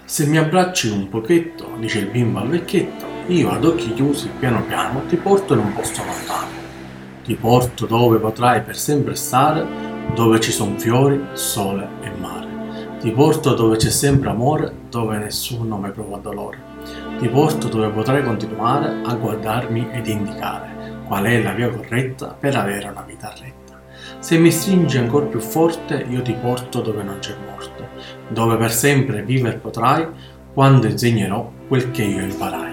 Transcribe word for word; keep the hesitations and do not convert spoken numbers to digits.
Se mi abbracci un pochetto, dice il bimbo al vecchietto, io ad occhi chiusi piano piano ti porto in un posto lontano. Ti porto dove potrai per sempre stare, dove ci son fiori, sole e mare. Ti porto dove c'è sempre amore, dove nessuno mai prova dolore. Ti porto dove potrai continuare a guardarmi ed indicare qual è la via corretta per avere una vita retta. Se mi stringi ancor più forte, io ti porto dove non c'è morte, dove per sempre viver potrai, quando insegnerò quel che io imparai.